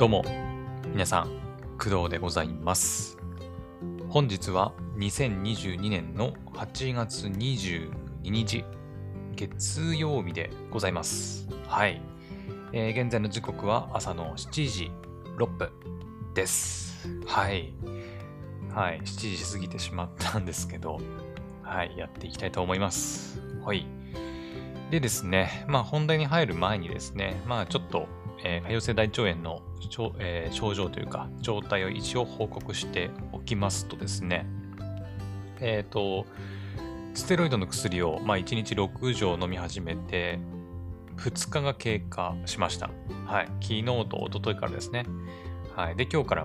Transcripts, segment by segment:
どうも、皆さん、工藤でございます。本日は2022年の8月22日、月曜日でございます。はい。現在の時刻は朝の7時6分です。はい。はい。7時過ぎてしまったんですけど、はい。やっていきたいと思います。はい。でですね、本題に入る前にですね、ちょっと、潰瘍性大腸炎の症状というか、状態を一応報告しておきますとですね、ステロイドの薬を、1日6錠飲み始めて、2日が経過しました。はい。昨日と一昨日からですね。はい。で、今日から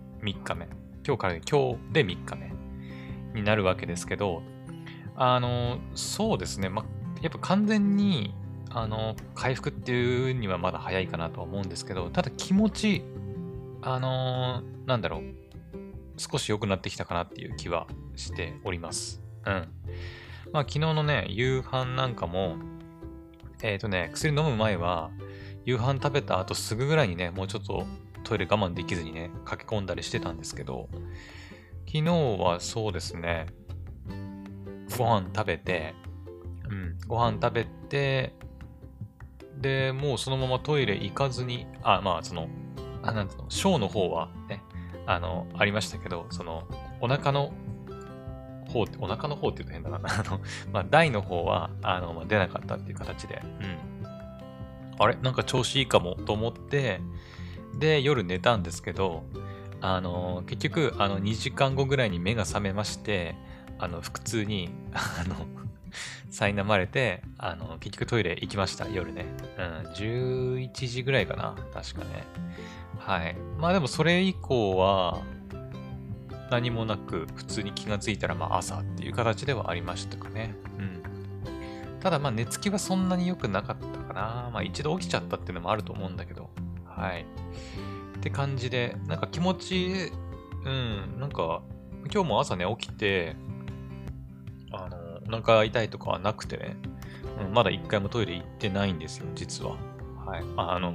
3日目。今日で3日目になるわけですけど、そうですね。やっぱ完全に、回復っていうにはまだ早いかなとは思うんですけど、ただ気持ち、なんだろう、少し良くなってきたかなっていう気はしております。うん。昨日のね、夕飯なんかも、薬飲む前は、夕飯食べた後すぐぐらいにね、もうちょっとトイレ我慢できずにね、駆け込んだりしてたんですけど、昨日はそうですね、ご飯食べて、ご飯食べて、で、もうそのままトイレ行かずに、なんつうの、小の方はね、ありましたけど、お腹のお腹の方って言うと変だな。大の方は、出なかったっていう形で、あれなんか調子いいかもと思って、で、夜寝たんですけど、結局、2時間後ぐらいに目が覚めまして、腹痛に、苛まれて、結局トイレ行きました、夜ね。11時ぐらいかな、確かね。はい。でもそれ以降は、何もなく、普通に気がついたら、朝っていう形ではありましたかね。ただ、寝つきはそんなに良くなかったかな。一度起きちゃったっていうのもあると思うんだけど。はい。って感じで、なんか気持ち、なんか、今日も朝ね、起きて、お腹痛いとかはなくてね、まだ一回もトイレ行ってないんですよ、実は。はい。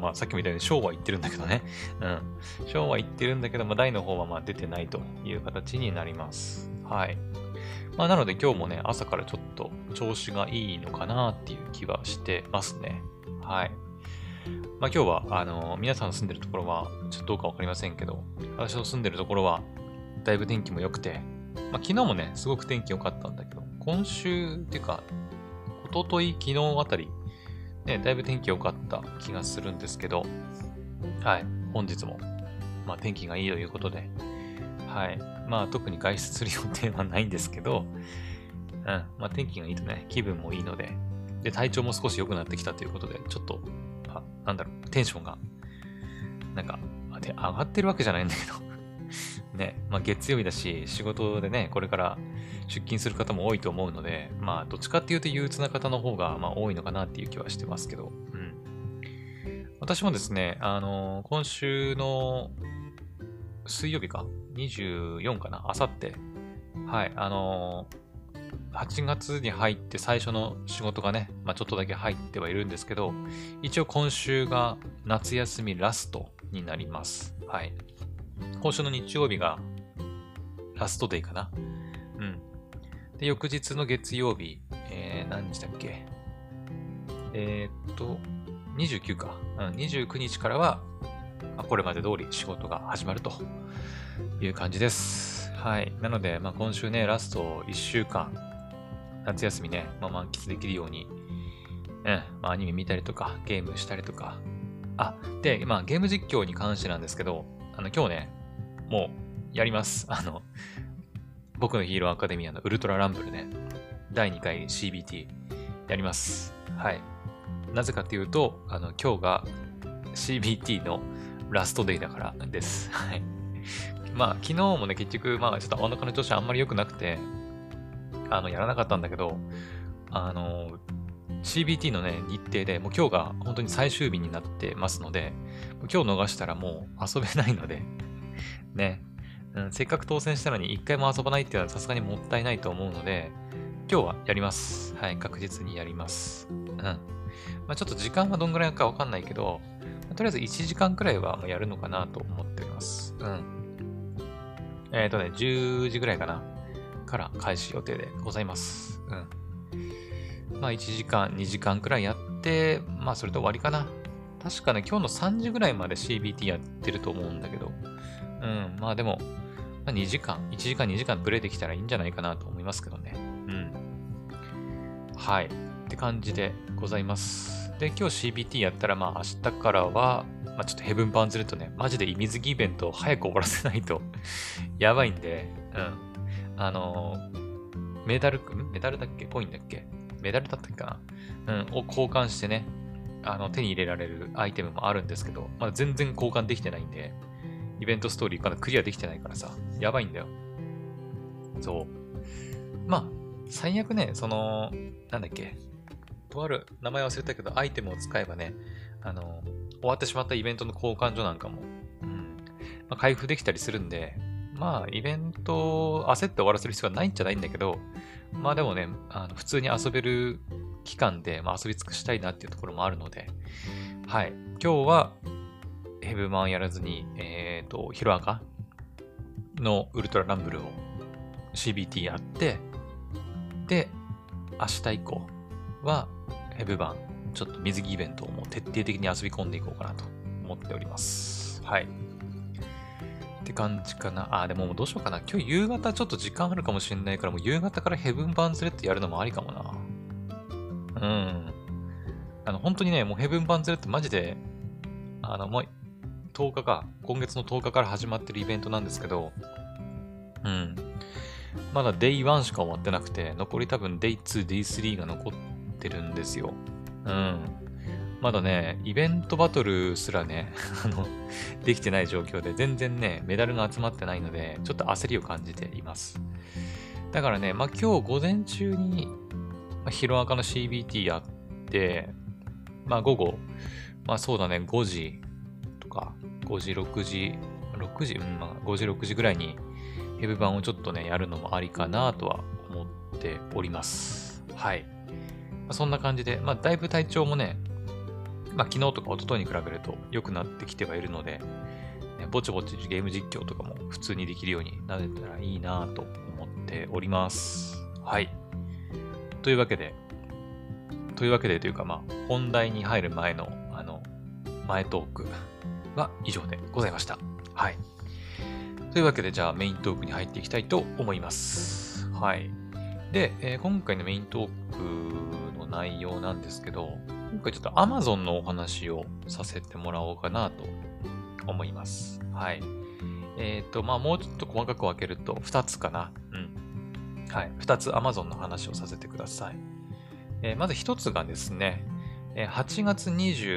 さっきも言ったように、小は行ってるんだけどね。小は行ってるんだけど、大の方は出てないという形になります。はい。なので今日もね、朝からちょっと調子がいいのかなっていう気はしてますね。はい。今日は、皆さんの住んでるところは、ちょっとどうかわかりませんけど、私の住んでるところは、だいぶ天気も良くて、昨日もね、すごく天気良かったんだけど、今週っていうか、一昨日、昨日あたり、ね、だいぶ天気良かった気がするんですけど、はい、本日も、天気がいいということで、はい、特に外出する予定はないんですけど、天気がいいとね、気分もいいので、で、体調も少し良くなってきたということで、ちょっと、テンションが、上がってるわけじゃないんだけど、ね、月曜日だし、仕事でね、これから出勤する方も多いと思うので、どっちかっていうと憂鬱な方の方が、多いのかなっていう気はしてますけど、私もですね、今週の水曜日か、24かな、あさって、はい、8月に入って最初の仕事がね、ちょっとだけ入ってはいるんですけど、一応今週が夏休みラストになります。はい。今週の日曜日がラストデイかな。で、翌日の月曜日、何日だっけ29か。29日からは、これまで通り仕事が始まるという感じです。はい。なので、今週ね、ラスト1週間、夏休みね、満喫できるように、アニメ見たりとか、ゲームしたりとか。で、ゲーム実況に関してなんですけど、今日ね、もう、やります。僕のヒーローアカデミアのウルトラランブルね、第2回 CBT やります。はい。なぜかっていうと、今日が CBT のラストデイだからです。はい。昨日もね、結局、ちょっとお腹の調子あんまり良くなくて、やらなかったんだけど、CBT のね、日程で、もう今日が本当に最終日になってますので、今日逃したらもう遊べないので、ね、せっかく当選したのに一回も遊ばないっていうのはさすがにもったいないと思うので、今日はやります。はい、確実にやります。ちょっと時間はどんぐらいかわかんないけど、 とりあえず1時間くらいはやるのかなと思っております。うん。10時ぐらいかな。から開始予定でございます。うん。まあ、1時間、2時間くらいやって、まあ、それで終わりかな。確かね、今日の3時ぐらいまで CBT やってると思うんだけど、うん。まあでも、まあ、2時間、1時間、2時間プレイできたらいいんじゃないかなと思いますけどね。うん。はい。って感じでございます。で、今日 CBT やったら、まあ明日からは、まあちょっとヘブン・バンズレットね、マジで意味づきイベントを早く終わらせないとやばいんで、うん。メダルだっけコインだっけメダルだったっけかなを交換してね、手に入れられるアイテムもあるんですけど、まだ全然交換できてないんで、イベントストーリーまだクリアできてないからさ、やばいんだよ。そう。まあ、最悪ね、なんだっけ、とある名前忘れたけど、アイテムを使えばね、終わってしまったイベントの交換所なんかも、まあ、開封できたりするんで、まあ、イベントを焦って終わらせる必要はないんじゃないんだけど、まあでもね、普通に遊べる期間で、まあ、遊び尽くしたいなっていうところもあるので、はい。今日は、ヘブマンやらずに、ヒロアカのウルトラランブルを CBT やって、で、明日以降は、ヘブ版、ちょっと水着イベントをもう徹底的に遊び込んでいこうかなと思っております。はい。って感じかな。でもどうしようかな。今日夕方ちょっと時間あるかもしれないから、もう夕方からヘブン・バンズレットやるのもありかもな。うん。本当にね、もうヘブン・バンズレットマジで、もう10日か、今月の10日から始まってるイベントなんですけど、うん。まだ Day1 しか終わってなくて、残り多分 Day2、Day3 が残ってるんですよ。うん。まだね、イベントバトルすらね、できてない状況で、全然ね、メダルが集まってないので、ちょっと焦りを感じています。だからね、まあ今日午前中に、ヒロアカの CBT やって、まあ午後、まあそうだね、5時とか、5時、6時、6時、まあ5時、6時ぐらいにヘブ版をちょっとね、やるのもありかなとは思っております。はい。まあ、そんな感じで、まあだいぶ体調もね、まあ昨日とか一昨日に比べると良くなってきてはいるので、ね、ぼちぼちゲーム実況とかも普通にできるようになれたらいいなと思っております。はい。というわけでというか、まあ、本題に入る前の、前トークは以上でございました。はい。というわけで、じゃあメイントークに入っていきたいと思います。はい。で、今回のメイントークの内容なんですけど、今回ちょっと Amazon のお話をさせてもらおうかなと思います。はい。まあ、もうちょっと細かく分けると2つかな。うん。はい。2つ Amazon の話をさせてください。まず1つがですね、8月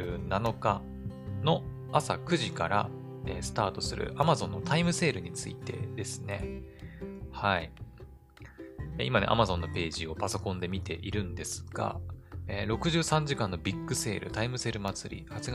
27日の朝9時からスタートする Amazon のタイムセールについてですね。はい。今ね、Amazon のページをパソコンで見ているんですが、63時間のビッグセール、タイムセール祭り、8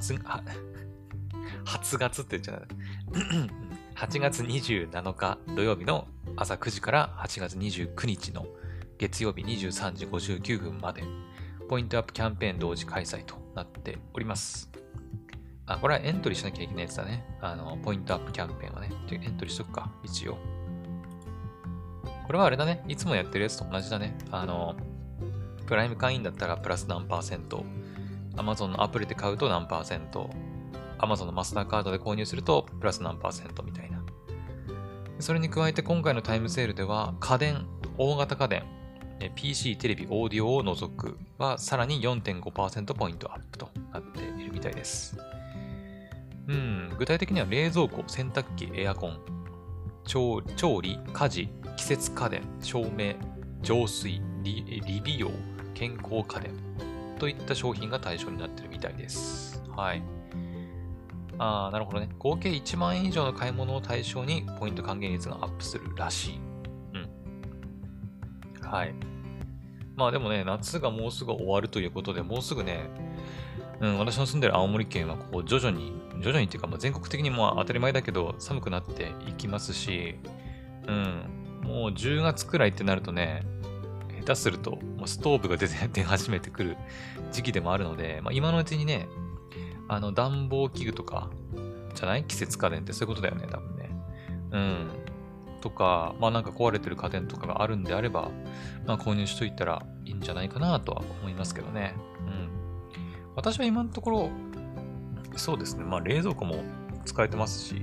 月って言っちゃう。8月27日土曜日の朝9時から8月29日の月曜日23時59分まで、ポイントアップキャンペーン同時開催となっております。これはエントリーしなきゃいけないやつだね。ポイントアップキャンペーンはね。エントリーしとくか、一応。これはあれだね。いつもやってるやつと同じだね。プライム会員だったらプラス何パーセント。Amazon のアプリで買うと何パーセント。Amazon のマスターカードで購入するとプラス何パーセントみたいな。それに加えて今回のタイムセールでは大型家電、PC、テレビ、オーディオを除くはさらに 4.5% ポイントアップとなっているみたいです。具体的には冷蔵庫、洗濯機、エアコン、調理、家事、季節家電、照明、浄水、理美容、健康家電といった商品が対象になっているみたいです。はい。なるほどね。合計1万円以上の買い物を対象にポイント還元率がアップするらしい。はい。まあでもね、夏がもうすぐ終わるということで、もうすぐね、私の住んでる青森県はこう徐々にっていうか、全国的にも当たり前だけど寒くなっていきますし、もう10月くらいってなるとね、下手するともうストーブが出始めてくる時期でもあるので、今のうちにね、 暖房器具とか、じゃない季節家電ってそういうことだよね、多分ね。うん。とか、まあなんか壊れてる家電とかがあるんであれば、まあ購入しといたらいいんじゃないかなとは思いますけどね。うん。私は今のところ、そうですね。まあ冷蔵庫も使えてますし、うん。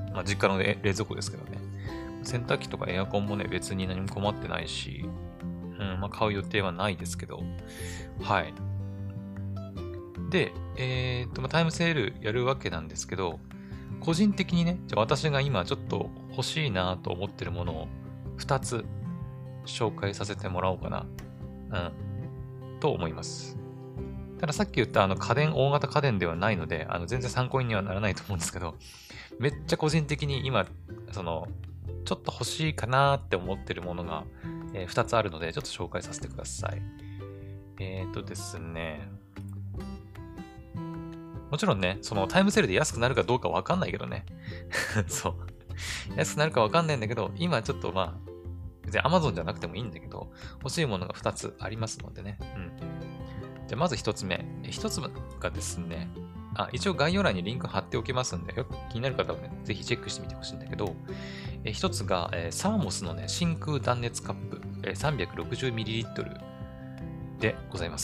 まあ実家の冷蔵庫ですけどね。洗濯機とかエアコンもね、別に何も困ってないし、うん。まあ買う予定はないですけど、はい。で、まあ、タイムセールやるわけなんですけど、個人的にね、じゃあ私が今ちょっと欲しいなと思ってるものを2つ紹介させてもらおうかな、と思います。たださっき言った家電、大型家電ではないので、全然参考にはならないと思うんですけど、めっちゃ個人的に今、ちょっと欲しいかなって思ってるものが、2つあるので、ちょっと紹介させてください。ですね、もちろんね、そのタイムセールで安くなるかどうかわかんないけどね。そう。安くなるかわかんないんだけど、今ちょっとまあ、別に Amazon じゃなくてもいいんだけど、欲しいものが2つありますのでね。うん。じゃあまず1つ目。1つがですね、一応概要欄にリンク貼っておきますんで、気になる方はね、ぜひチェックしてみてほしいんだけど、1つが、サーモスのね、真空断熱カップ、360ml でございます。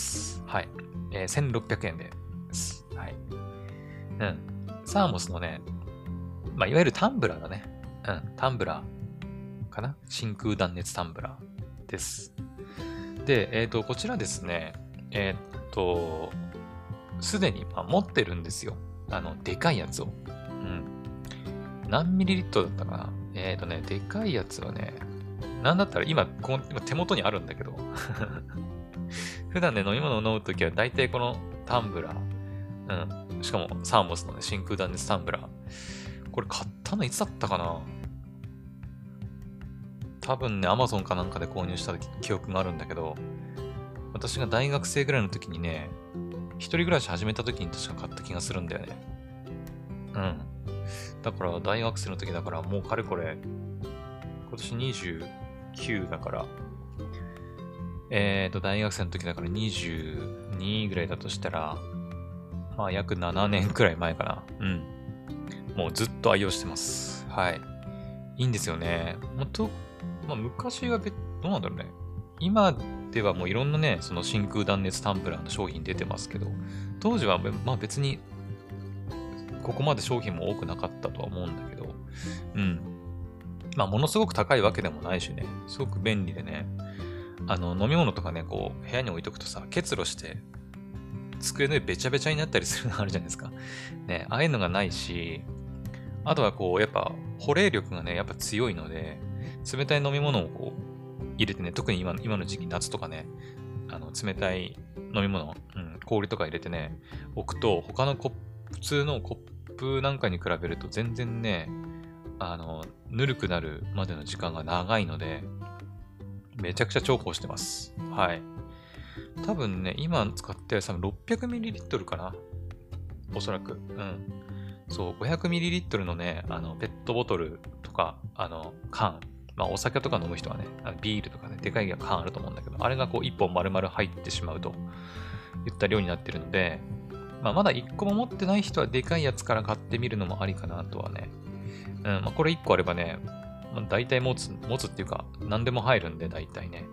はい。1600円です。はい。うん。サーモスのね、まあ、いわゆるタンブラーだね。うん。タンブラーかな、真空断熱タンブラーです。で、こちらですね、すでに、持ってるんですよ。でかいやつを。うん。何ミリリットルだったかな。でかいやつはね、なんだったら今手元にあるんだけど、普段ね、飲み物を飲むときは大体このタンブラー、うん。しかもサーモスのね、真空断熱タンブラー。これ買ったのいつだったかな。多分ね、Amazon かなんかで購入した記憶があるんだけど、私が大学生ぐらいの時にね、一人暮らし始めた時に確か買った気がするんだよね。うん。だから大学生の時だからもうかれこれ、今年29だから、大学生の時だから22ぐらいだとしたら、まあ約7年くらい前かな。うん。もうずっと愛用してます。はい。いいんですよね。まあ、昔はどうなんだろうね。今ではもういろんなね、その真空断熱タンブラーの商品出てますけど、当時はまあ別にここまで商品も多くなかったとは思うんだけど、うん。まあものすごく高いわけでもないしね、すごく便利でね、飲み物とかね、こう部屋に置いとくとさ、結露して机の上べちゃべちゃになったりするのあるじゃないですか。ね、ああいうのがないし、あとはこう、やっぱ保冷力がね、やっぱ強いので、冷たい飲み物をこう入れてね、特に今の時期、夏とかね、冷たい飲み物、氷とか入れてね、置くと、他の普通のコップなんかに比べると全然ね、ぬるくなるまでの時間が長いので、めちゃくちゃ重宝してます。はい。多分ね、今使ってる600ml かな。おそらく。うん。そう、500ml のね、ペットボトルとか、缶。まあ、お酒とか飲む人はね、ビールとかね、でかい缶あると思うんだけど、あれがこう、1本丸々入ってしまうといった量になってるので、まあ、まだ1個も持ってない人はでかいやつから買ってみるのもありかなとはね。まあ、これ1個あればね、まあ、大体持つっていうか、何でも入るんで、大体ね。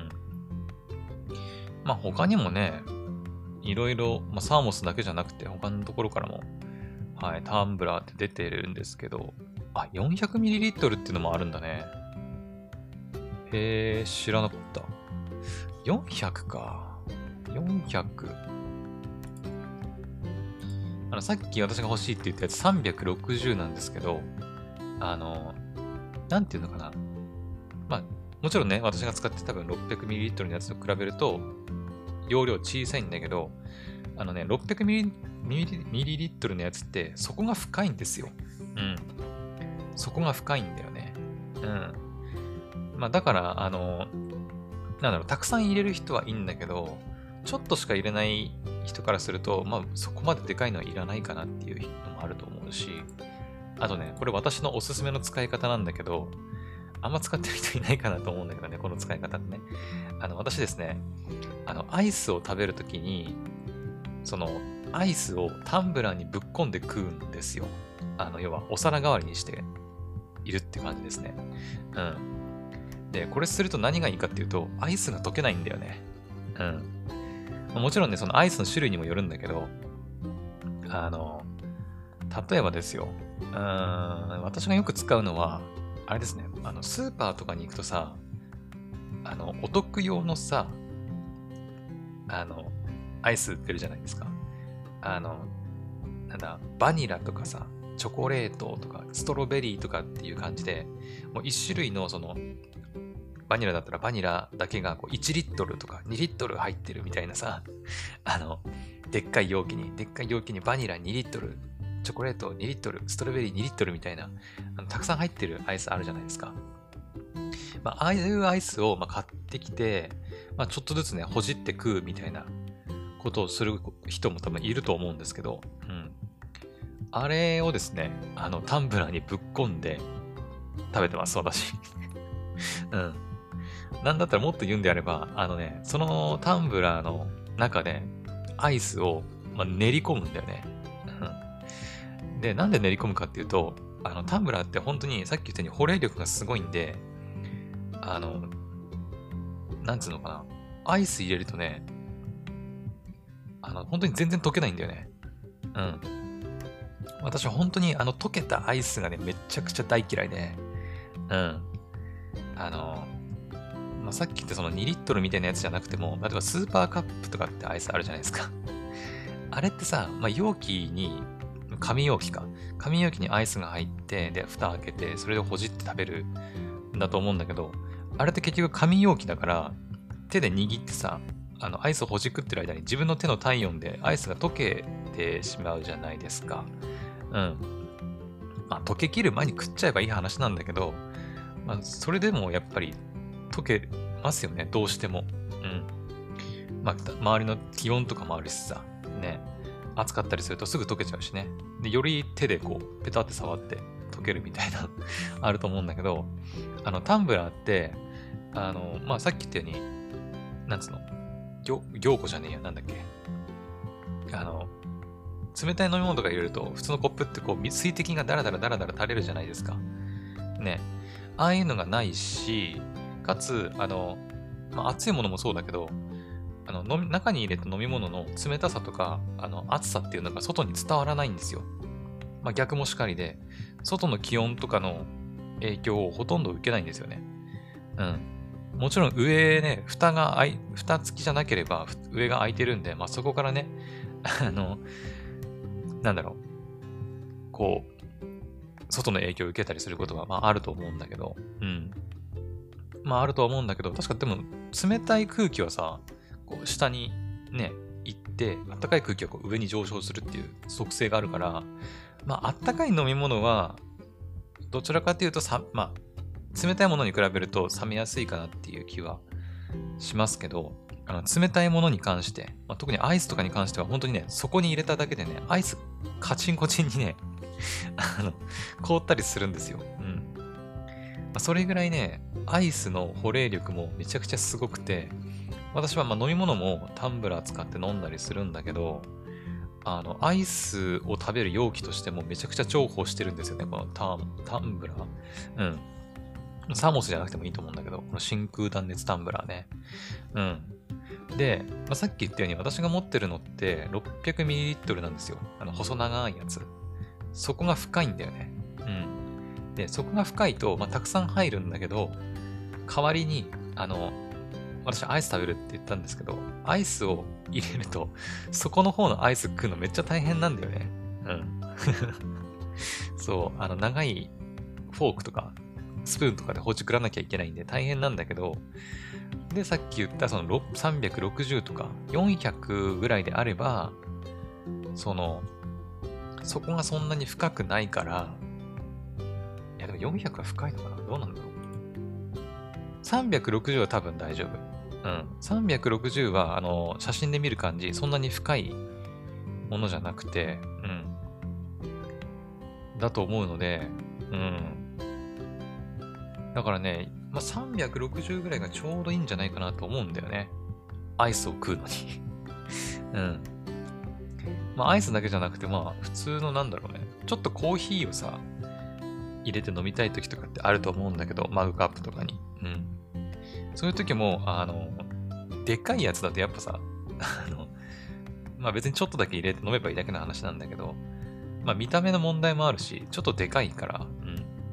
まあ、他にもね、いろいろ、まあ、サーモスだけじゃなくて、他のところからも、はい、タンブラーって出てるんですけど、400ml っていうのもあるんだね。へえ、知らなかった。400か。400。さっき私が欲しいって言ったやつ360なんですけど、なんていうのかな。まあ、もちろんね、私が使って多分 600ml のやつと比べると、容量小さいんだけど、600ml のやつって底が深いんですよ。うん。底が深いんだよね。うん。まあだから、なんだろう、たくさん入れる人はいいんだけど、ちょっとしか入れない人からすると、まあそこまででかいのはいらないかなっていうのもあると思うし、あとね、これ私のおすすめの使い方なんだけど、あんま使ってる人いないかなと思うんだけどね、この使い方ってね。私ですね、アイスを食べるときに、 アイスをタンブラーにぶっこんで食うんですよ。要はお皿代わりにしているって感じですね。うん。で、これすると何がいいかっていうと、アイスが溶けないんだよね。うん。もちろんね、そのアイスの種類にもよるんだけど、例えばですよ。私がよく使うのは、あれですね。スーパーとかに行くとさ、お得用のさ、アイス売ってるじゃないですか。なんだ、バニラとかさ、チョコレートとか、ストロベリーとかっていう感じで、もう一種類のその、バニラだったらバニラだけがこう1リットルとか2リットル入ってるみたいなさ、でっかい容器にバニラ2リットル、チョコレート2リットル、ストロベリー2リットルみたいな、たくさん入ってるアイスあるじゃないですか。まあ、ああいうアイスを買ってきて、ちょっとずつね、ほじって食うみたいなことをする人も多分いると思うんですけど、うん。あれをですね、タンブラーにぶっこんで食べてます、私。うん。なんだったらもっと言うんであれば、そのタンブラーの中でアイスを、練り込むんだよね。うん。で、なんで練り込むかっていうと、タンブラーって本当にさっき言ったように保冷力がすごいんで、なんつうのかな。アイス入れるとね、本当に全然溶けないんだよね。うん。私は本当に溶けたアイスがね、めちゃくちゃ大嫌いで、うん。さっき言ったその2リットルみたいなやつじゃなくても、例えばスーパーカップとかってアイスあるじゃないですか。あれってさ、容器に、紙容器か。紙容器にアイスが入って、で、蓋開けて、それでほじって食べるんだと思うんだけど、あれって結局紙容器だから、手で握ってさ、アイスをほじくってる間に自分の手の体温でアイスが溶けてしまうじゃないですか。うん。溶けきる前に食っちゃえばいい話なんだけど、それでもやっぱり溶けますよね、どうしても。うん。周りの気温とかもあるしさ、ね。暑かったりするとすぐ溶けちゃうしね。で、より手でこう、ペタって触って溶けるみたいなあると思うんだけど、タンブラーって、さっき言ったように、なんつうの、凝固じゃねえや、なんだっけ。冷たい飲み物とか入れると、普通のコップってこう、水滴がダラダラダラダラ垂れるじゃないですか。ね。ああいうのがないし、かつ、熱いものもそうだけど、中に入れた飲み物の冷たさとか、熱さっていうのが外に伝わらないんですよ。逆もしかりで、外の気温とかの影響をほとんど受けないんですよね。うん。もちろん上ね、蓋付きじゃなければ上が開いてるんで、そこからね、なんだろう、こう、外の影響を受けたりすることはあると思うんだけど、うん。あるとは思うんだけど、確かでも冷たい空気はさ、こう下にね、行って、暖かい空気がこう上に上昇するっていう属性があるから、暖かい飲み物は、どちらかというと冷たいものに比べると冷めやすいかなっていう気はしますけど、冷たいものに関して、特にアイスとかに関しては本当にね、そこに入れただけでね、アイスカチンコチンにね、凍ったりするんですよ。うん。それぐらいね、アイスの保冷力もめちゃくちゃすごくて、私は飲み物もタンブラー使って飲んだりするんだけど、アイスを食べる容器としてもめちゃくちゃ重宝してるんですよね、このタンブラー。うん。サーモスじゃなくてもいいと思うんだけど、この真空断熱タンブラーね。うん。で、さっき言ったように私が持ってるのって 600ml なんですよ。細長いやつ。そこが深いんだよね。うん。で、そこが深いと、たくさん入るんだけど、代わりに、私アイス食べるって言ったんですけど、アイスを入れると、そこの方のアイス食うのめっちゃ大変なんだよね。うん。そう、長いフォークとか、スプーンとかでほじくらなきゃいけないんで大変なんだけど、で、さっき言ったその360とか400ぐらいであれば、そこがそんなに深くないから、いやでも400は深いのかな、どうなんだろう。360は多分大丈夫。うん。360は、写真で見る感じ、そんなに深いものじゃなくて、うん。だと思うので、うん。だからね、360ぐらいがちょうどいいんじゃないかなと思うんだよね。アイスを食うのに。うん。 まあアイスだけじゃなくて、まあ普通のなんだろうね。ちょっとコーヒーをさ、入れて飲みたい時とかってあると思うんだけど、マグカップとかに。うん。そういう時も、でっかいやつだとやっぱさ、まあ別にちょっとだけ入れて飲めばいいだけの話なんだけど、まあ見た目の問題もあるし、ちょっとでかいから、うん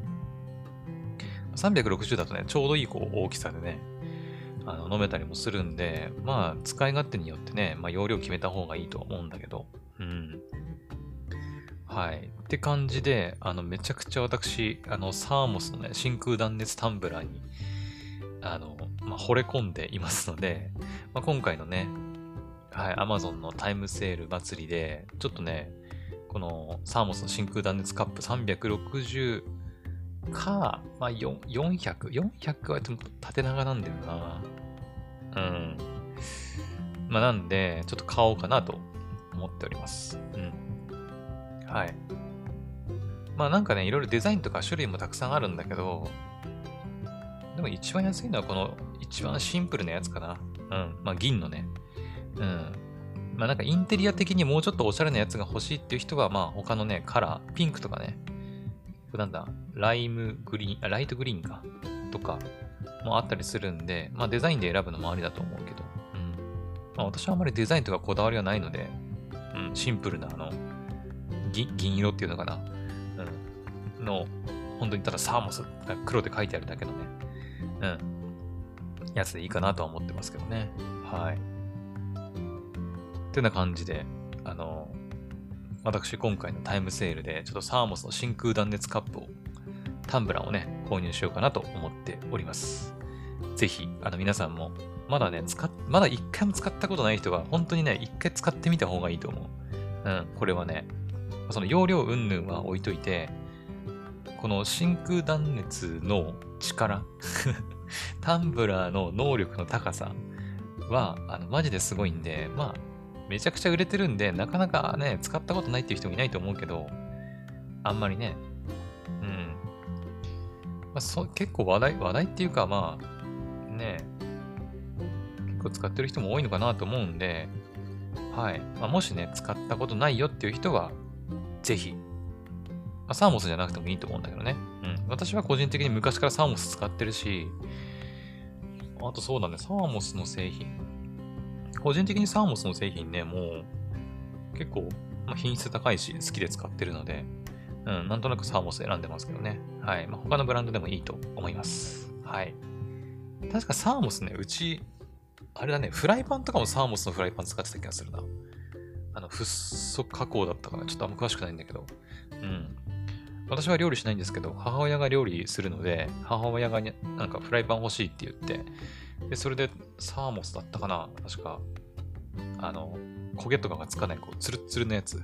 。360だとね、ちょうどいいこう大きさでね、飲めたりもするんで、まあ使い勝手によってね、まあ容量決めた方がいいとは思うんだけど、うん。はい。って感じで、めちゃくちゃ私、サーモスのね、真空断熱タンブラーに、まあ、惚れ込んでいますので、まあ、今回のね、はい、Amazon のタイムセール祭りで、ちょっとね、このサーモスの真空断熱カップ360か、まあ、400、400はちょっと縦長なんだよな。うん。まあ、なんで、ちょっと買おうかなと思っております。うん。はい。まあなんかね、いろいろデザインとか種類もたくさんあるんだけど、でも一番安いのはこの一番シンプルなやつかな。うん。まあ銀のね。うん。まあなんかインテリア的にもうちょっとおしゃれなやつが欲しいっていう人は、まあ他のね、カラー、ピンクとかね、なんだ、ライムグリーン、ライトグリーンか、とかもあったりするんで、まあデザインで選ぶのもありだと思うけど、うん。まあ私はあんまりデザインとかこだわりはないので、うん、シンプルな銀色っていうのかな。うん。本当にただサーモスが黒で書いてあるだけのね、うん、やつでいいかなとは思ってますけどね。はい。ってな感じで、私今回のタイムセールで、ちょっとサーモスの真空断熱カップを、タンブラーをね、購入しようかなと思っております。ぜひ、皆さんも、まだね、まだ一回も使ったことない人は、本当にね、一回使ってみた方がいいと思う。うん、これはね、その容量云々は置いといて、この真空断熱の力タンブラーの能力の高さは、マジですごいんで、まあ、めちゃくちゃ売れてるんで、なかなかね、使ったことないっていう人もいないと思うけど、あんまりね、うん。まあ、結構話題っていうか、まあ、ね、結構使ってる人も多いのかなと思うんで、はい。まあ、もしね、使ったことないよっていう人は、ぜひ、まあ、サーモスじゃなくてもいいと思うんだけどね。うん。私は個人的に昔からサーモス使ってるし、あとそうだね、サーモスの製品。個人的にサーモスの製品ね、もう結構、まあ、品質高いし、好きで使ってるので、うん、なんとなくサーモス選んでますけどね。はい。まあ、他のブランドでもいいと思います。はい。確かサーモスね、うち、あれだね、フライパンとかもサーモスのフライパン使ってた気がするな。フッ素加工だったかな。ちょっとあんま詳しくないんだけど。うん。私は料理しないんですけど、母親が料理するので、母親がね、なんかフライパン欲しいって言って、で、それでサーモスだったかな。確か、焦げとかがつかない、こう、ツルッツルのやつ。うん、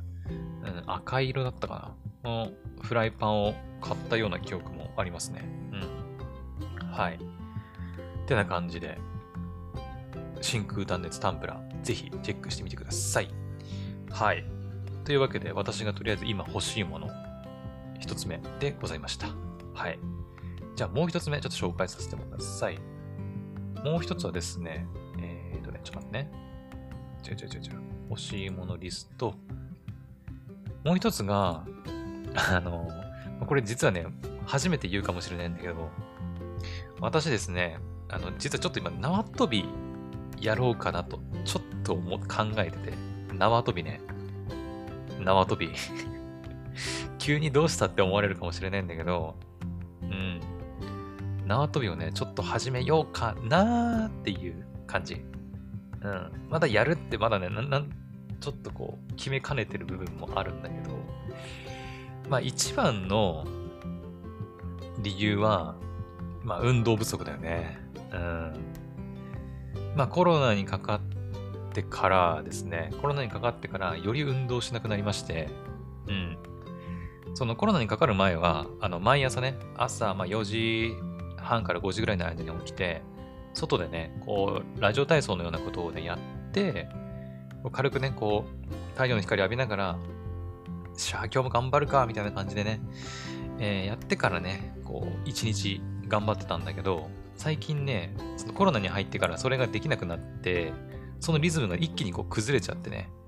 赤色だったかな。のフライパンを買ったような記憶もありますね。うん。はい。ってな感じで、真空断熱タンブラー、ぜひチェックしてみてください。はい。というわけで、私がとりあえず今欲しいもの、一つ目でございました。はい。じゃあもう一つ目、ちょっと紹介させてください。もう一つはですね、ちょっと待ってね。違う。欲しいものリスト。もう一つが、これ実はね、初めて言うかもしれないんだけど、私ですね、実はちょっと今縄跳びやろうかなと、ちょっと考えてて、縄跳びね。縄跳び。急にどうしたって思われるかもしれないんだけど、うん。縄跳びをね、ちょっと始めようかなーっていう感じ。うん。まだやるってまだね、ちょっとこう、決めかねてる部分もあるんだけど、まあ一番の理由は、まあ運動不足だよね。うん。まあコロナにかかってからですね、コロナにかかってからより運動しなくなりまして、うん。そのコロナにかかる前は、毎朝ね、朝、まあ、4時半から5時ぐらいの間に起きて、外でね、こう、ラジオ体操のようなことをね、やって、軽くね、こう、太陽の光浴びながら、今日も頑張るか、みたいな感じでね、やってからね、こう、一日頑張ってたんだけど、最近ね、そのコロナに入ってからそれができなくなって、そのリズムが一気にこう崩れちゃってね、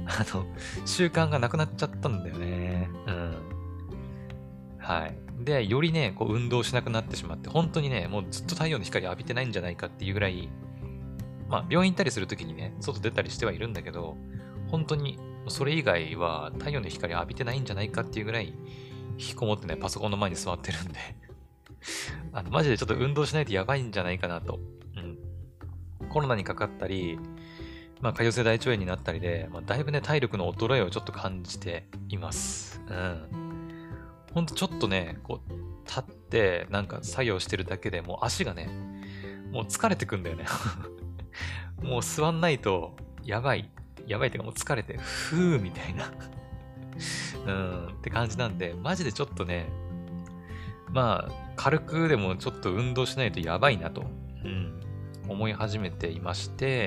習慣がなくなっちゃったんだよね。うん。はい。で、よりね、こう運動しなくなってしまって、本当にね、もうずっと太陽の光浴びてないんじゃないかっていうぐらい、まあ、病院行ったりするときにね、外出たりしてはいるんだけど、本当に、それ以外は太陽の光浴びてないんじゃないかっていうぐらい、引きこもってね、パソコンの前に座ってるんでマジでちょっと運動しないとやばいんじゃないかなと。うん。コロナにかかったり、まあ、潰瘍性大腸炎になったりで、まあ、だいぶね、体力の衰えをちょっと感じています。うん。ほんとちょっとね、こう、立って、なんか作業してるだけでもう足がね、もう疲れてくんだよねもう座んないと、やばい。やばいっていうかもう疲れて、ふーみたいなって感じなんで、マジでちょっとね、まあ、軽くでもちょっと運動しないとやばいなと、思い始めていまして、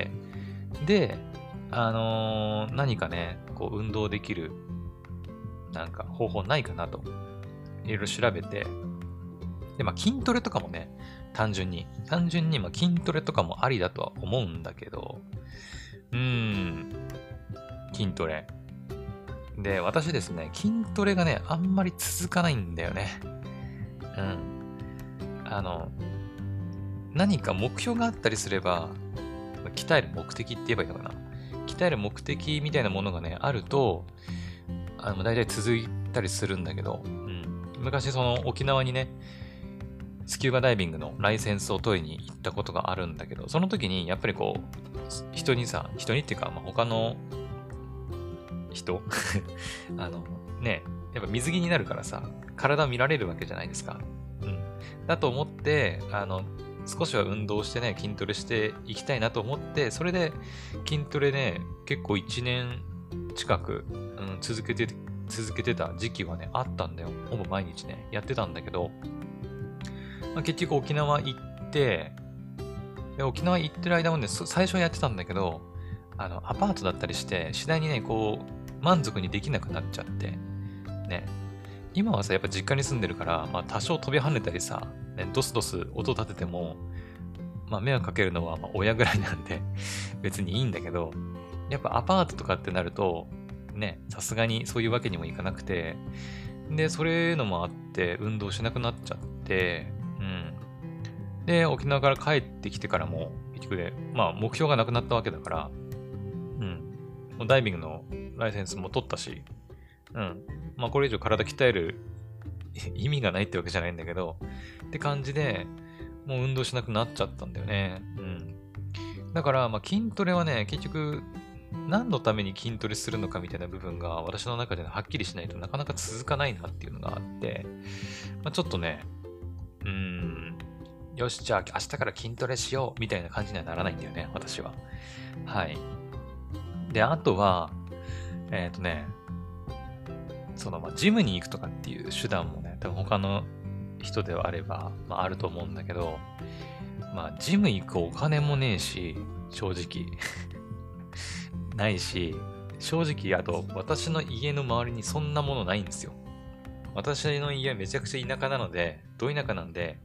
で、何かね、こう運動できる、なんか方法ないかなと、いろいろ調べて、で、まあ筋トレとかもね、単純にまあ筋トレとかもありだとは思うんだけど、筋トレ。で、私ですね、筋トレがね、あんまり続かないんだよね。うん。何か目標があったりすれば、鍛える目的って言えばいいのかな。鍛える目的みたいなものがね、あると、大体続いたりするんだけど、昔その沖縄にね、スキューバダイビングのライセンスを取りに行ったことがあるんだけど、その時にやっぱりこう、人にっていうか、まあ、他の人ね、やっぱ水着になるからさ、体見られるわけじゃないですか。だと思って、少しは運動してね、筋トレしていきたいなと思って、それで筋トレね、結構1年近く、続けてた時期はね、あったんだよ。ほぼ毎日ね、やってたんだけど、まあ、結局沖縄行って、で沖縄行ってる間もね、最初はやってたんだけど、アパートだったりして、次第にね、こう、満足にできなくなっちゃって、ね。今はさ、やっぱ実家に住んでるから、まあ多少飛び跳ねたりさ、ね、ドスドス音立てても、まあ迷惑かけるのはまあ親ぐらいなんで別にいいんだけど、やっぱアパートとかってなると、ね、さすがにそういうわけにもいかなくて、で、それのもあって運動しなくなっちゃって、で、沖縄から帰ってきてからも、結局で、まあ目標がなくなったわけだから、もうダイビングのライセンスも取ったし、まあこれ以上体鍛える意味がないってわけじゃないんだけど、って感じで、もう運動しなくなっちゃったんだよね。だから、まあ筋トレはね、結局、何のために筋トレするのかみたいな部分が私の中ではっきりしないとなかなか続かないなっていうのがあって、まあ、ちょっとね、よし、じゃあ明日から筋トレしようみたいな感じにはならないんだよね、私は。はい。で、あとは、まあ、ジムに行くとかっていう手段もね、多分他の人ではあれば、まあ、あると思うんだけど、まあ、ジム行くお金もねえし、正直。ないし、正直、あと、私の家の周りにそんなものないんですよ。私の家はめちゃくちゃ田舎なので、ど田舎なんで、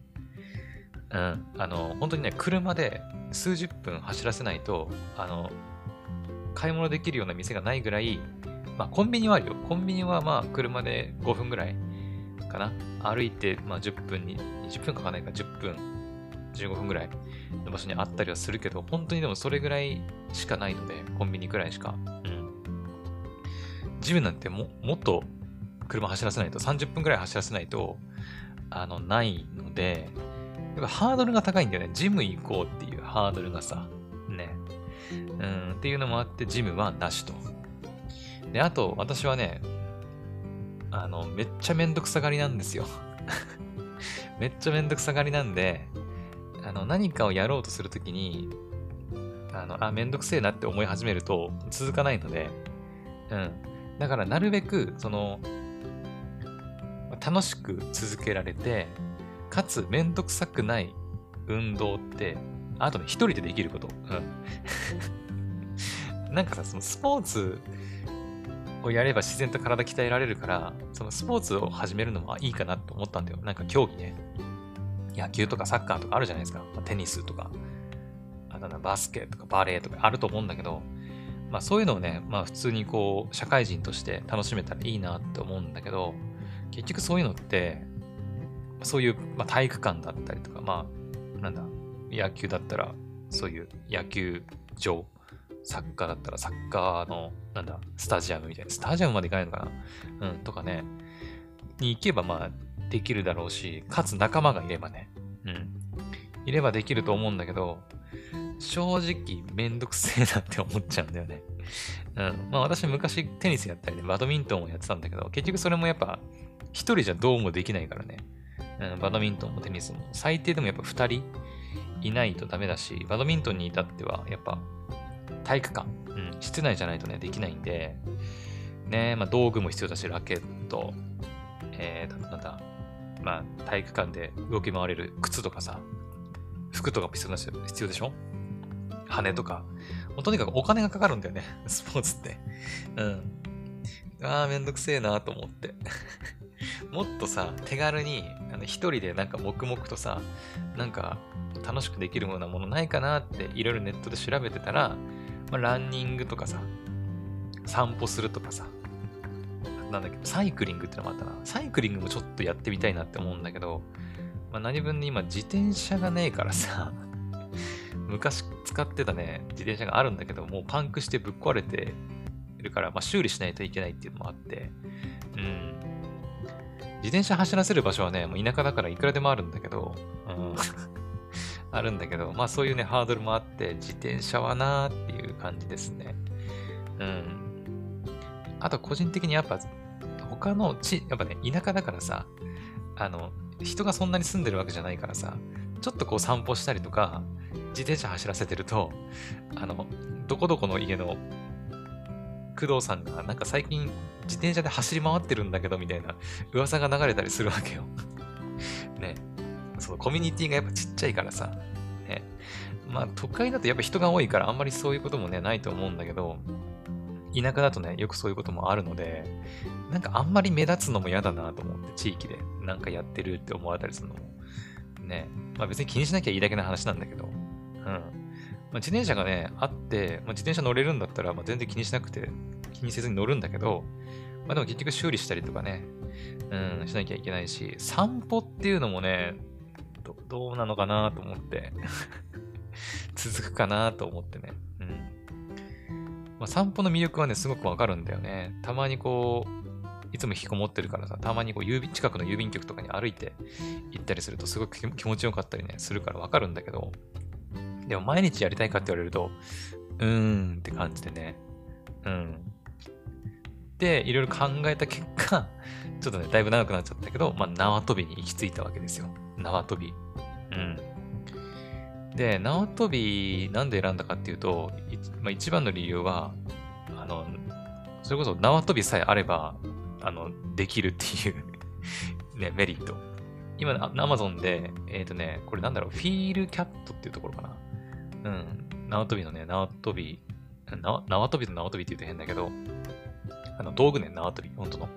本当にね、車で数十分走らせないと、買い物できるような店がないぐらい、まあ、コンビニはあるよ。コンビニはまあ、車で5分ぐらいかな。歩いて、まあ、10分に、20分かかないか、10分、15分ぐらいの場所にあったりはするけど、本当にでもそれぐらいしかないので、コンビニくらいしか。ジムなんてもっと車走らせないと、30分くらい走らせないと、ないので、やっぱハードルが高いんだよね。ジム行こうっていうハードルがさ、ね。っていうのもあって、ジムはなしと。で、あと、私はね、めっちゃめんどくさがりなんですよ。めっちゃめんどくさがりなんで、何かをやろうとするときに、めんどくせえなって思い始めると続かないので、だからなるべく、楽しく続けられて、かつめんどくさくない運動って、あとね、一人でできること。なんかさ、そのスポーツをやれば自然と体鍛えられるから、そのスポーツを始めるのもいいかなと思ったんだよ。なんか競技ね。野球とかサッカーとかあるじゃないですか。テニスとか、あとバスケとかバレーとかあると思うんだけど、 まあそういうのをね、まあ普通にこう、社会人として楽しめたらいいなって思うんだけど、結局そういうのって、そういう、まあ、体育館だったりとか、まあ、なんだ、野球だったら、そういう野球場、サッカーだったらサッカーの、なんだ、スタジアムみたいな、スタジアムまで行かないのかなとかね、に行けばまあ、できるだろうし、かつ仲間がいればね、いればできると思うんだけど、正直めんどくせえなって思っちゃうんだよね。まあ私昔テニスやったりね、バドミントンをやってたんだけど、結局それもやっぱ一人じゃどうもできないからね。バドミントンもテニスも最低でもやっぱ二人いないとダメだし、バドミントンに至ってはやっぱ体育館、室内じゃないとね、できないんで、ね、まあ道具も必要だし、ラケット、なんだ、まあ体育館で動き回れる靴とかさ、服とかも必要でしょ？羽とか。もうとにかくお金がかかるんだよね。スポーツって。めんどくせえなと思って。もっとさ、手軽に、一人でなんか黙々とさ、なんか楽しくできるようなものないかなっていろいろネットで調べてたら、まあ、ランニングとかさ、散歩するとかさ、なんだっけ、サイクリングってのもあったな。サイクリングもちょっとやってみたいなって思うんだけど、まあ、何分に今自転車がねえからさ、昔使ってたね、自転車があるんだけど、もうパンクしてぶっ壊れてるから、まあ、修理しないといけないっていうのもあって、自転車走らせる場所はね、もう田舎だからいくらでもあるんだけど、あるんだけど、まあそういうね、ハードルもあって、自転車はなーっていう感じですね。あと個人的にやっぱ、他のやっぱね、田舎だからさ、人がそんなに住んでるわけじゃないからさ、ちょっとこう散歩したりとか、自転車走らせてると、どこどこの家の工藤さんがなんか最近自転車で走り回ってるんだけどみたいな噂が流れたりするわけよ。ね。そのコミュニティがやっぱちっちゃいからさ。ね。まあ都会だとやっぱ人が多いからあんまりそういうこともね、ないと思うんだけど、田舎だとね、よくそういうこともあるので、なんかあんまり目立つのも嫌だなと思って、地域でなんかやってるって思われたりするのも。ね。まあ別に気にしなきゃいいだけの話なんだけど。まあ、自転車がね、あって、まあ、自転車乗れるんだったら、まあ、全然気にしなくて、気にせずに乗るんだけど、まあでも結局修理したりとかね、しなきゃいけないし、散歩っていうのもね、どうなのかなと思って続くかなと思ってね。まあ、散歩の魅力はね、すごくわかるんだよね。たまにこう、いつも引きこもってるからさ、たまにこう近くの郵便局とかに歩いて行ったりするとすごく気持ちよかったりね、するからわかるんだけど、でも毎日やりたいかって言われると、って感じでね。で、いろいろ考えた結果、ちょっとね、だいぶ長くなっちゃったけど、まあ、縄跳びに行き着いたわけですよ。縄跳び。で、縄跳び、なんで選んだかっていうと、まあ、一番の理由は、それこそ縄跳びさえあれば、できるっていうね、メリット。今、Amazon で、これなんだろう、フィールキャットっていうところかな。縄跳びのね、縄跳びと縄跳びって言うと変だけど、道具ね、縄跳び、本当の、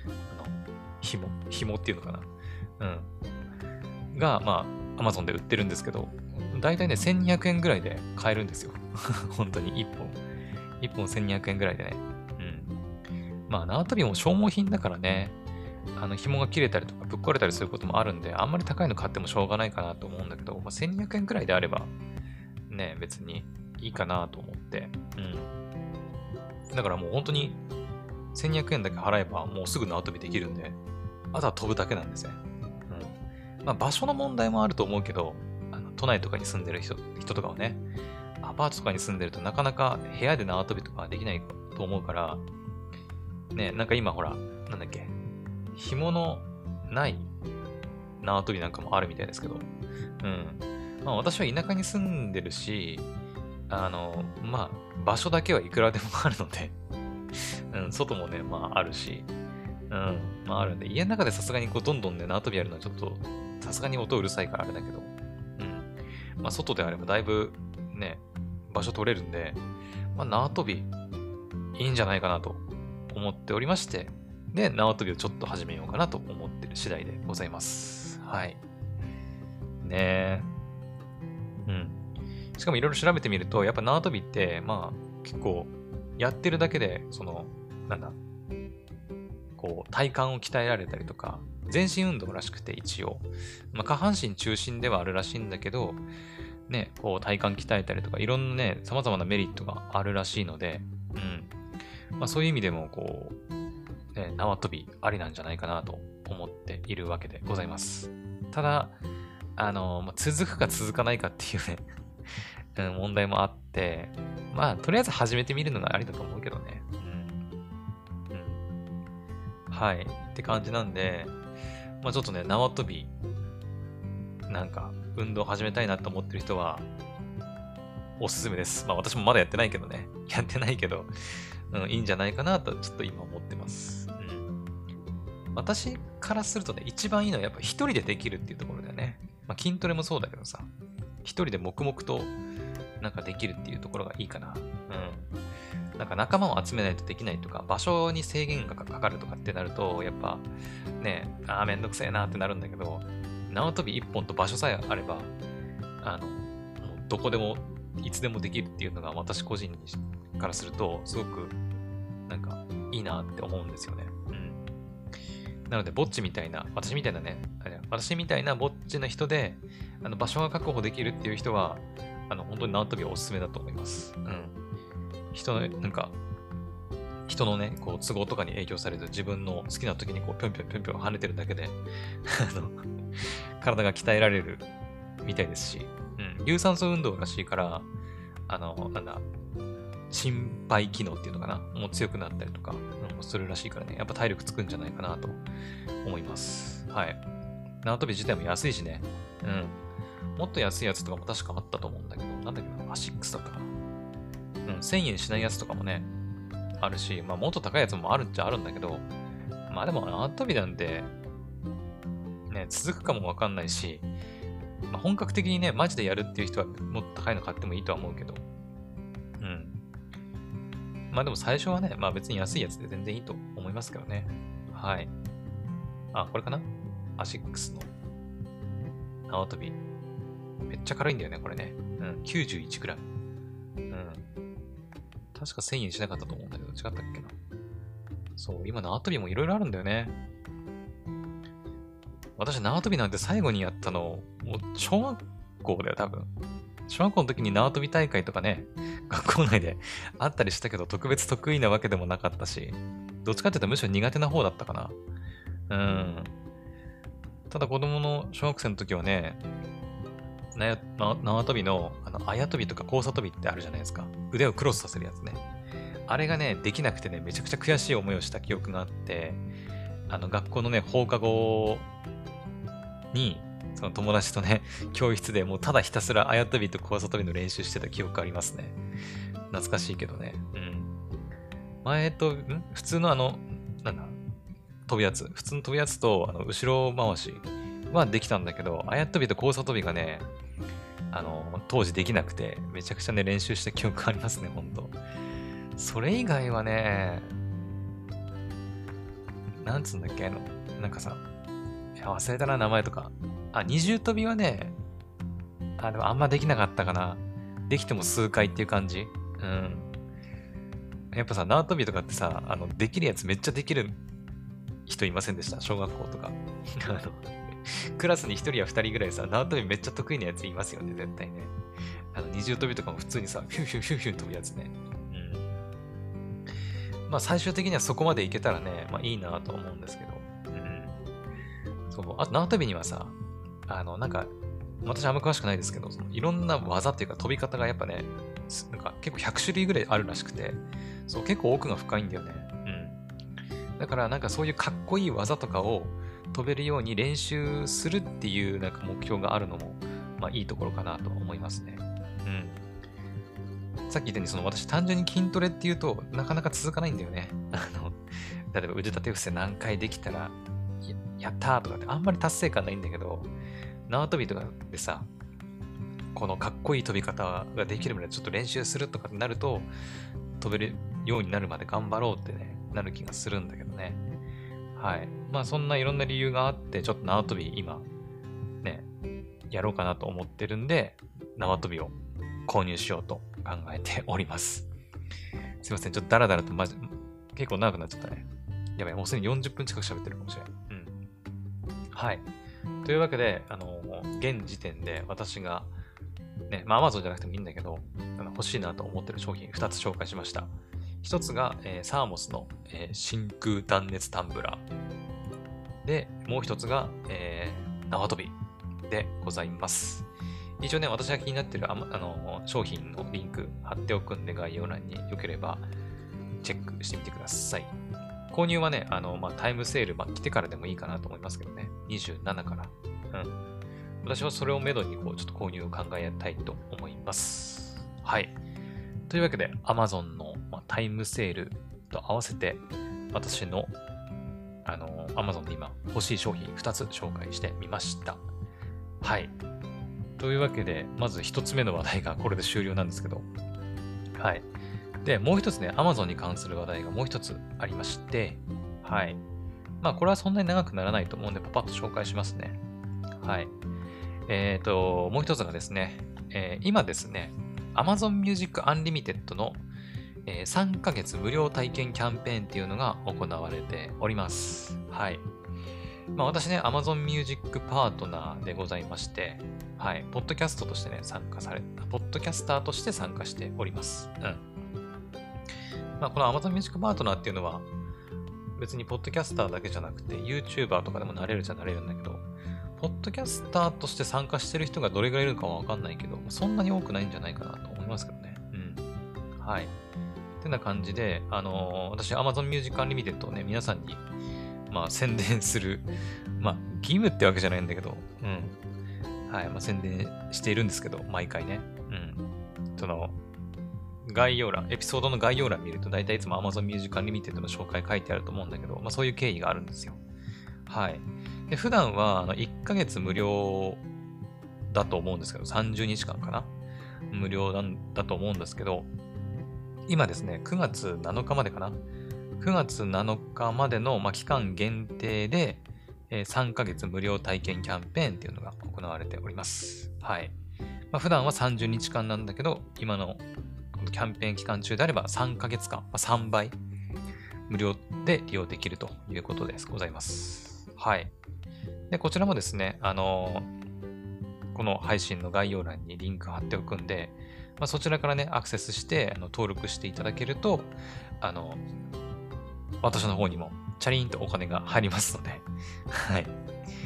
紐っていうのかな。が、まあ、Amazon で売ってるんですけど、だいたいね、1200円ぐらいで買えるんですよ。本当に1本1200円ぐらいでね。まあ、縄跳びも消耗品だからね、紐が切れたりとかぶっ壊れたりすることもあるんで、あんまり高いの買ってもしょうがないかなと思うんだけど、まあ、1200円くらいであれば、ね、別にいいかなと思って。だからもう本当に1200円だけ払えばもうすぐ縄跳びできるんで、あとは飛ぶだけなんですね。まあ場所の問題もあると思うけど、都内とかに住んでる人とかはね、アパートとかに住んでるとなかなか部屋で縄跳びとかできないと思うから、ね、なんか今ほら、なんだっけ、紐のない縄跳びなんかもあるみたいですけど、まあ私は田舎に住んでるし、まあ場所だけはいくらでもあるので、外もね、まああるし、まああるんで、家の中でさすがにこうどんどんね、縄跳びやるのはちょっと、さすがに音うるさいからあれだけど、まあ外であればだいぶね、場所取れるんで、まあ縄跳びいいんじゃないかなと思っておりまして、で、縄跳びをちょっと始めようかなと思ってる次第でございます。はい。ねえ。しかもいろいろ調べてみると、やっぱ縄跳びって、まあ結構やってるだけで、なんだ、こう、体幹を鍛えられたりとか、全身運動らしくて一応、まあ、下半身中心ではあるらしいんだけど、ね、こう体幹鍛えたりとか、いろんなね、様々なメリットがあるらしいので、うん。まあそういう意味でも、こう、ね、縄跳びありなんじゃないかなと思っているわけでございます。ただ、まあ、続くか続かないかっていうね問題もあって、まあ、とりあえず始めてみるのがありだと思うけどね。うん。うん。はい。って感じなんで、まあちょっとね、縄跳び、なんか、運動始めたいなと思ってる人は、おすすめです。まあ私もまだやってないけどね。やってないけど、いいんじゃないかなと、ちょっと今思ってます。うん。私からするとね、一番いいのはやっぱ一人でできるっていうところだよね。まあ筋トレもそうだけどさ、一人で黙々となんかできるっていうところがいいかな。うん。なんか仲間を集めないとできないとか、場所に制限がかかるとかってなると、やっぱね、めんどくせえなってなるんだけど、縄跳び一本と場所さえあれば、もうどこでも、いつでもできるっていうのが私個人からすると、すごく、なんか、いいなって思うんですよね。うん。なので、ぼっちみたいな、私みたいなね、私みたいなぼっちの人で、場所が確保できるっていう人は、本当に縄跳びはおすすめだと思います。うん。なんか、人のね、こう、都合とかに影響されず、自分の好きな時にこう、ぴょんぴょんぴょんぴょん跳ねてるだけで体が鍛えられるみたいですし、うん。有酸素運動らしいから、なんだ、心肺機能っていうのかなもう強くなったりとか、するらしいからね、やっぱ体力つくんじゃないかなと思います。はい。縄跳び自体も安いしね。うん。もっと安いやつとかも確かあったと思うんだけど、なんだっけな、アシックスだったかな。うん、1000円しないやつとかもね、あるし、まあもっと高いやつもあるっちゃあるんだけど、まあでも縄跳びなんて、ね、続くかもわかんないし、まあ、本格的にね、マジでやるっていう人はもっと高いの買ってもいいとは思うけど、うん。まあでも最初はね、まあ別に安いやつで全然いいと思いますけどね。はい。あ、これかなアシックスの縄跳び。めっちゃ軽いんだよね、これね。うん、91グラム。うん。確か1000円しなかったと思うんだけど、違ったっけな。そう、今縄跳びもいろいろあるんだよね。私縄跳びなんて最後にやったの、もう小学校だよ、多分。小学校の時に縄跳び大会とかね、学校内であったりしたけど、特別得意なわけでもなかったし、どっちかっていうとむしろ苦手な方だったかな。うん。ただ子供の小学生の時はね、縄跳びの、あや跳びとか交差跳びってあるじゃないですか。腕をクロスさせるやつね。あれがね、できなくてね、めちゃくちゃ悔しい思いをした記憶があって、学校のね、放課後に、その友達とね、教室でもうただひたすらあや跳びと交差跳びの練習してた記憶ありますね。懐かしいけどね。うん。普通のなんだ、飛ぶやつ。普通の飛ぶやつと、後ろ回しはできたんだけど、あや跳びと交差跳びがね、当時できなくて、めちゃくちゃね、練習した記憶ありますね、ほんと。それ以外はね、なんつうんだっけ、なんかさ、いや忘れたな、名前とか。二重跳びはね、でもあんまできなかったかな。できても数回っていう感じ。うん。やっぱさ、縄跳びとかってさ、できるやつめっちゃできる人いませんでした小学校とか。クラスに一人や二人ぐらいさ、縄跳びめっちゃ得意なやついますよね、絶対ね。二重跳びとかも普通にさ、ヒュンヒュンヒュンヒュン飛ぶやつね。うん。まあ最終的にはそこまでいけたらね、まあいいなと思うんですけど。うん。そう。あと縄跳びにはさ、なんか、私あんま詳しくないですけど、いろんな技っていうか飛び方がやっぱね、なんか結構100種類ぐらいあるらしくて、そう、結構奥が深いんだよね。うん。だからなんかそういうかっこいい技とかを飛べるように練習するっていうなんか目標があるのも、まあいいところかなと思いますね。うん。さっき言ったように、私単純に筋トレっていうとなかなか続かないんだよね。例えば腕立て伏せ何回できたら、やったーとかってあんまり達成感ないんだけど、縄跳びとかでさ、このかっこいい飛び方ができるまでちょっと練習するとかってなると、飛べるようになるまで頑張ろうってね、なる気がするんだけどね。はい。まあそんないろんな理由があって、ちょっと縄跳び今、ね、やろうかなと思ってるんで、縄跳びを購入しようと考えております。 すいません。ちょっとダラダラと結構長くなっちゃったね。やばい、もうすでに40分近く喋ってるかもしれない。うん。はい。というわけで、現時点で私が、ね、まあ Amazon じゃなくてもいいんだけど、欲しいなと思ってる商品2つ紹介しました。1つが、サーモスの、真空断熱タンブラー。で、もう1つが、縄跳びでございます。一応ね、私が気になってる商品のリンク貼っておくんで、概要欄によければチェックしてみてください。購入はね、タイムセール、来てからでもいいかなと思いますけどね。27から。うん。私はそれをめどに、ちょっと購入を考えたいと思います。はい。というわけで、Amazon の、タイムセールと合わせて、私の、Amazon で今欲しい商品2つ紹介してみました。はい。というわけで、まず1つ目の話題がこれで終了なんですけど、はい。で、もう一つね、Amazon に関する話題がもう一つありまして、はい。これはそんなに長くならないと思うんで、パパッと紹介しますね。はい。もう一つがですね、今ですね、Amazon Music Unlimited の、3ヶ月無料体験キャンペーンっていうのが行われております。はい。私ね、Amazon Music パートナーでございまして、はい。ポッドキャストとしてね、ポッドキャスターとして参加しております。うん。この Amazon Music パートナーっていうのは、別にポッドキャスターだけじゃなくて、YouTuber とかでもなれるじゃなれるんだけど、ポッドキャスターとして参加してる人がどれぐらいいるかはわかんないけど、そんなに多くないんじゃないかなと思いますけどね。うん。はい。ってな感じで、私 Amazon Music Unlimited をね、皆さんに、宣伝する、義務ってわけじゃないんだけど、うん。はい。宣伝しているんですけど、毎回ね。うん。概要欄、エピソードの概要欄見ると、だいたいいつも Amazon Music Unlimited の紹介書いてあると思うんだけど、そういう経緯があるんですよ。はい。で、普段は1ヶ月無料だと思うんですけど、30日間かな無料だと思うんですけど、今ですね、9月7日までかな ?9 月7日までの、期間限定で、3ヶ月無料体験キャンペーンっていうのが行われております。はい。普段は30日間なんだけど、今のキャンペーン期間中であれば3ヶ月間、3倍無料で利用できるということです。ございます。はい。で、こちらもですね、この配信の概要欄にリンク貼っておくんで、そちらからね、アクセスして登録していただけると、私の方にもチャリーンとお金が入りますので、はい。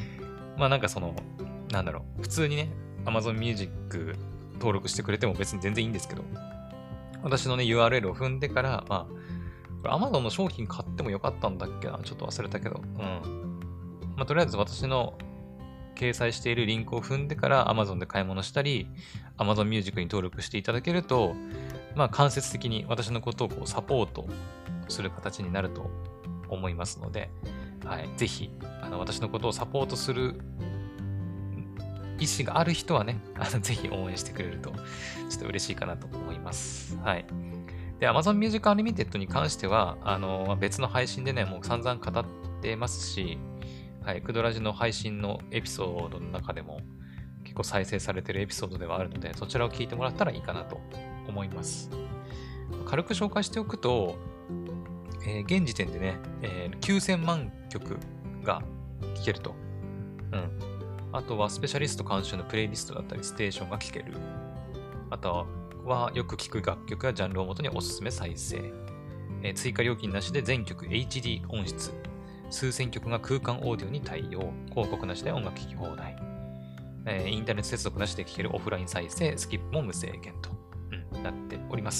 普通にね、Amazon Music 登録してくれても別に全然いいんですけど、私のね、URL を踏んでから、これ Amazon の商品買ってもよかったんだっけな、ちょっと忘れたけど、うん。とりあえず私の掲載しているリンクを踏んでから Amazon で買い物したり、Amazon Music に登録していただけると、間接的に私のことをサポートする形になると思いますので、はい。ぜひ、私のことをサポートする意思がある人はね、ぜひ応援してくれると、ちょっと嬉しいかなと思います。はい。で、Amazon Music Unlimited に関しては、別の配信でね、もう散々語ってますし、はい、クドラジの配信のエピソードの中でも結構再生されてるエピソードではあるので、そちらを聞いてもらったらいいかなと思います。軽く紹介しておくと、現時点でね、9000万曲が聴けると。うん。あとはスペシャリスト監修のプレイリストだったりステーションが聴ける。あとはよく聴く楽曲やジャンルをもとにおすすめ再生。追加料金なしで全曲 HD 音質。数千曲が空間オーディオに対応。広告なしで音楽聴き放題。インターネット接続なしで聴けるオフライン再生、スキップも無制限と、なっております。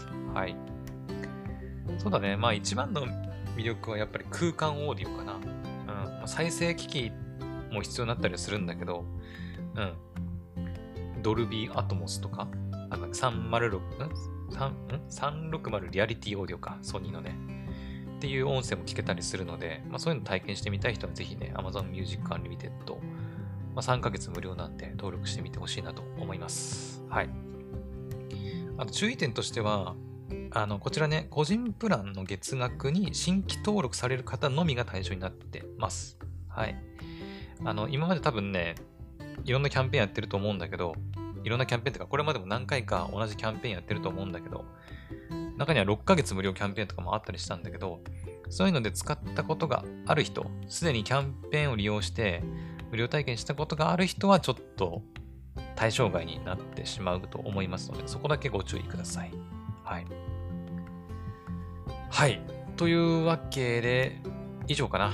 はい。そうだね。一番の魅力はやっぱり空間オーディオかな。再生機器も必要になったりするんだけど、ドルビーアトモスとか、360リアリティオーディオか、ソニーのね。っていう音声も聞けたりするので、そういうの体験してみたい人はぜひね、Amazon Music Unlimited、3ヶ月無料なんで登録してみてほしいなと思います。はい。あと注意点としては、こちらね、個人プランの月額に新規登録される方のみが対象になってます。はい。今まで多分ね、いろんなキャンペーンやってると思うんだけど、いろんなキャンペーンとか、これまでも何回か同じキャンペーンやってると思うんだけど、 中には6ヶ月無料キャンペーンとかもあったりしたんだけど、そういうので使ったことがある人、すでにキャンペーンを利用して無料体験したことがある人はちょっと対象外になってしまうと思いますので、そこだけご注意ください。はい。はい。というわけで、以上かな。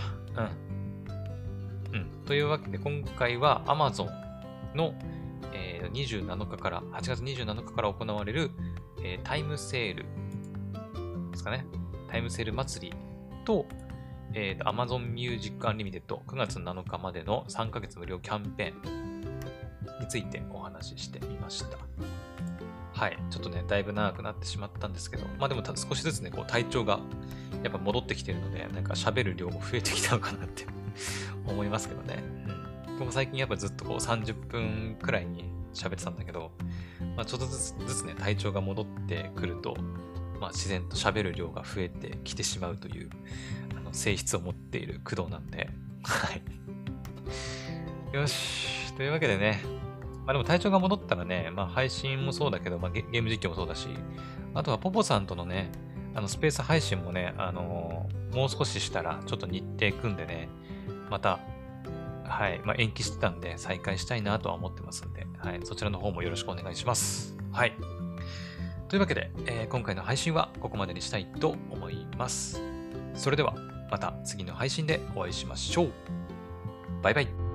というわけで、今回は Amazon の、27日から、8月27日から行われる、タイムセールですかね。タイムセール祭りと、Amazon Music Unlimited 9月7日までの3ヶ月無料キャンペーンについてお話ししてみました。はい。ちょっとね、だいぶ長くなってしまったんですけど、まあでも少しずつね、こう体調がやっぱ戻ってきてるので、なんか喋る量も増えてきたのかなって思いますけどね。僕も最近やっぱずっとこう30分くらいに喋ってたんだけど、まあちょっとずつね、体調が戻ってくると、まあ自然と喋る量が増えてきてしまうという性質を持っている工藤なんで、はい。よし。というわけでね、まあでも体調が戻ったらね、まあ配信もそうだけど、まあゲーム実況もそうだし、あとはポポさんとのね、スペース配信もね、もう少ししたらちょっと日程組んでね、また、はい、まあ延期してたんで再開したいなとは思ってますんで、はい、そちらの方もよろしくお願いします。はい。というわけで、今回の配信はここまでにしたいと思います。それでは、また次の配信でお会いしましょう。バイバイ。